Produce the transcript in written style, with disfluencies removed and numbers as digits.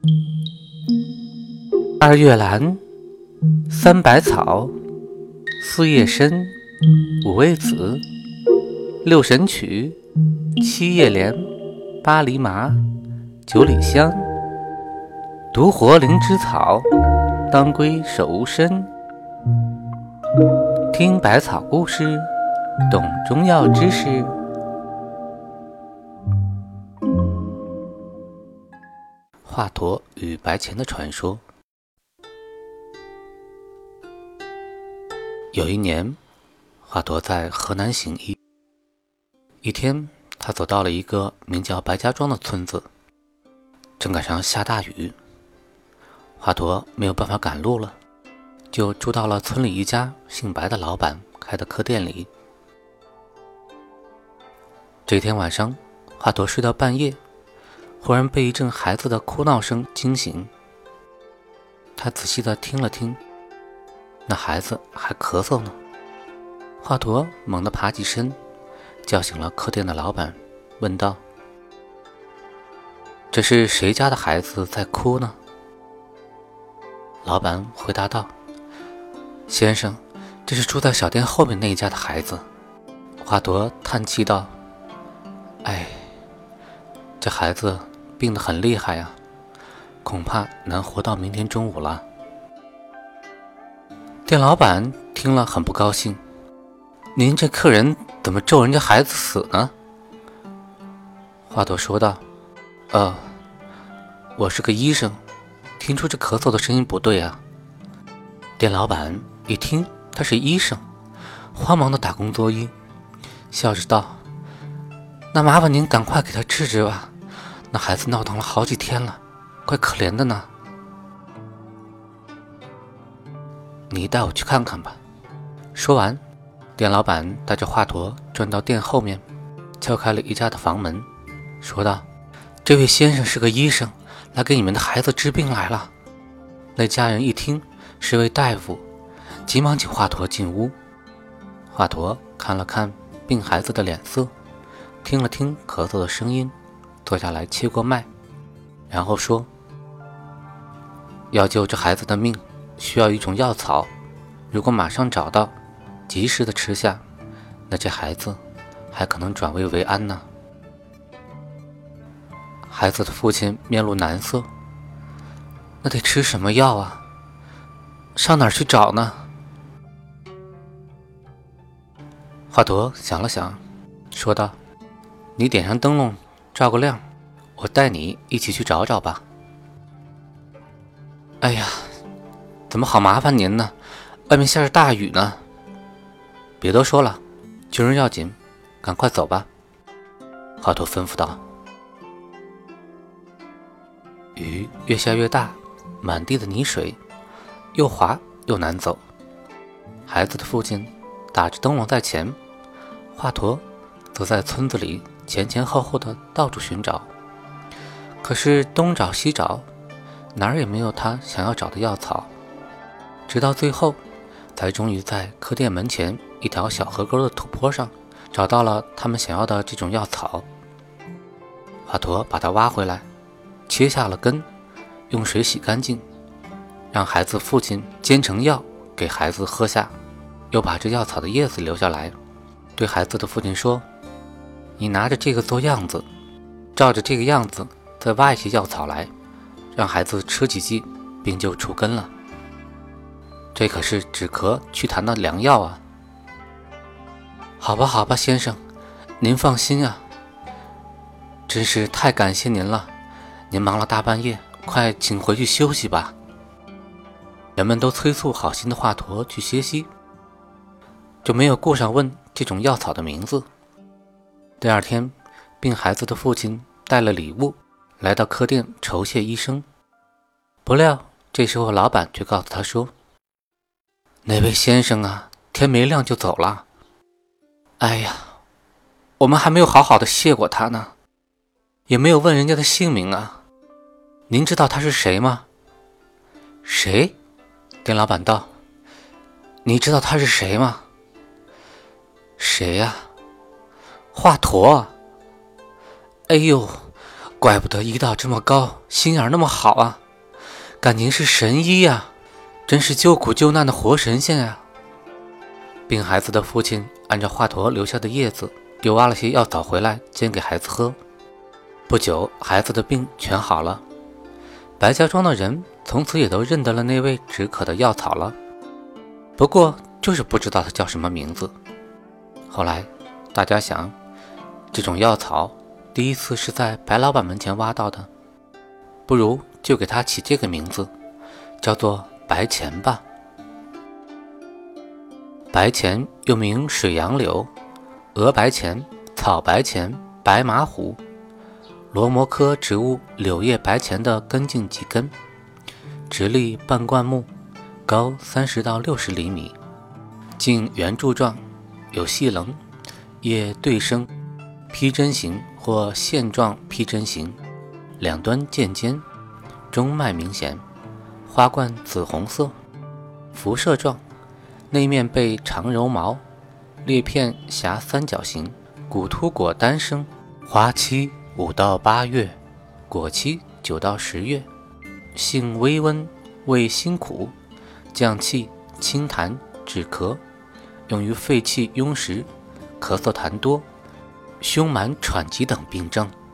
二月兰，三百草，四叶参，五味子，六神曲，七叶莲，八厘麻，九里香，独活灵芝草，当归手无参。听百草故事，懂中药知识。华佗与白钱的传说。有一年，华佗在河南行医。一天，他走到了一个名叫白家庄的村子，正赶上下大雨。华佗没有办法赶路了，就住到了村里一家姓白的老板开的客店里。这天晚上，华佗睡到半夜，忽然被一阵孩子的哭闹声惊醒。他仔细地听了听，那孩子还咳嗽呢。华佗猛地爬起身，叫醒了客店的老板，问道：“这是谁家的孩子在哭呢？”老板回答道：“先生，这是住在小店后面那一家的孩子。”华佗叹气道：“哎，这孩子病得很厉害呀，恐怕难活到明天中午了。”店老板听了很不高兴：“您这客人怎么咒人家孩子死呢？”华佗说道：“我是个医生，听出这咳嗽的声音不对啊。”店老板一听他是医生，慌忙的打工作揖，笑着道：“那麻烦您赶快给他治治吧，那孩子闹腾了好几天了，怪可怜的呢。”“你带我去看看吧。”说完，店老板带着华佗转到店后面，敲开了一家的房门，说道：“这位先生是个医生，来给你们的孩子治病来了。”那家人一听是位大夫，急忙请华佗进屋。华佗看了看病孩子的脸色，听了听咳嗽的声音，坐下来切过脉，然后说：“要救这孩子的命，需要一种药草，如果马上找到，及时的吃下，那这孩子还可能转危为安呢。”孩子的父亲面露难色：“那得吃什么药啊？上哪儿去找呢？”华佗想了想，说道：“你点上灯笼，照个亮，我带你一起去找找吧。”“哎呀，怎么好麻烦您呢？外面下着大雨呢。”“别多说了，救人要紧，赶快走吧。”华佗吩咐道。雨越下越大，满地的泥水，又滑又难走。孩子的父亲打着灯笼在前，华佗则在村子里前前后后的到处寻找。可是东找西找，哪儿也没有他想要找的药草。直到最后，才终于在客店门前一条小河沟的土坡上找到了他们想要的这种药草。华佗把它挖回来，切下了根，用水洗干净，让孩子父亲煎成药给孩子喝下，又把这药草的叶子留下来，对孩子的父亲说：“你拿着这个做样子，照着这个样子再挖一些药草来，让孩子吃几剂，病就除根了。这可是止咳祛痰的良药啊。”“好吧好吧，先生，您放心啊，真是太感谢您了，您忙了大半夜，快请回去休息吧。”人们都催促好心的华佗去歇息，就没有顾上问这种药草的名字。第二天，病孩子的父亲带了礼物来到客店酬谢医生，不料这时候老板却告诉他说：“那位先生啊，天没亮就走了。哎呀，我们还没有好好的谢过他呢，也没有问人家的姓名啊。您知道他是谁吗？”“谁？”店老板道：“你知道他是谁吗？”“谁呀？”“华佗。”“哎呦， 怪不得医道这么高，心眼那么好啊，感情是神医呀，真是救苦救难的活神仙呀。病孩子的父亲按照华佗留下的叶子，又挖了些药草回来煎给孩子喝。不久，孩子的病全好了。白家庄的人从此也都认得了那位止渴的药草了，不过就是不知道它叫什么名字。后来大家想，这种药草第一次是在白老板门前挖到的，不如就给它起这个名字，叫做白钱吧。白钱又名水杨柳、鹅白钱、草白钱、白马虎，罗摩科植物柳叶白钱的根茎几根，直立半灌木，高30到60厘米，茎圆柱状，有细棱，叶对生，披针形或线状披针形，两端渐尖，中脉明显，花冠紫红色，辐射状，内面被长柔毛，裂片狭三角形，骨突果单生，花期5到8月，果期9到10月，性微温，味辛苦，降气清痰止咳，用于肺气壅实、咳嗽痰多、胸满喘急等病症。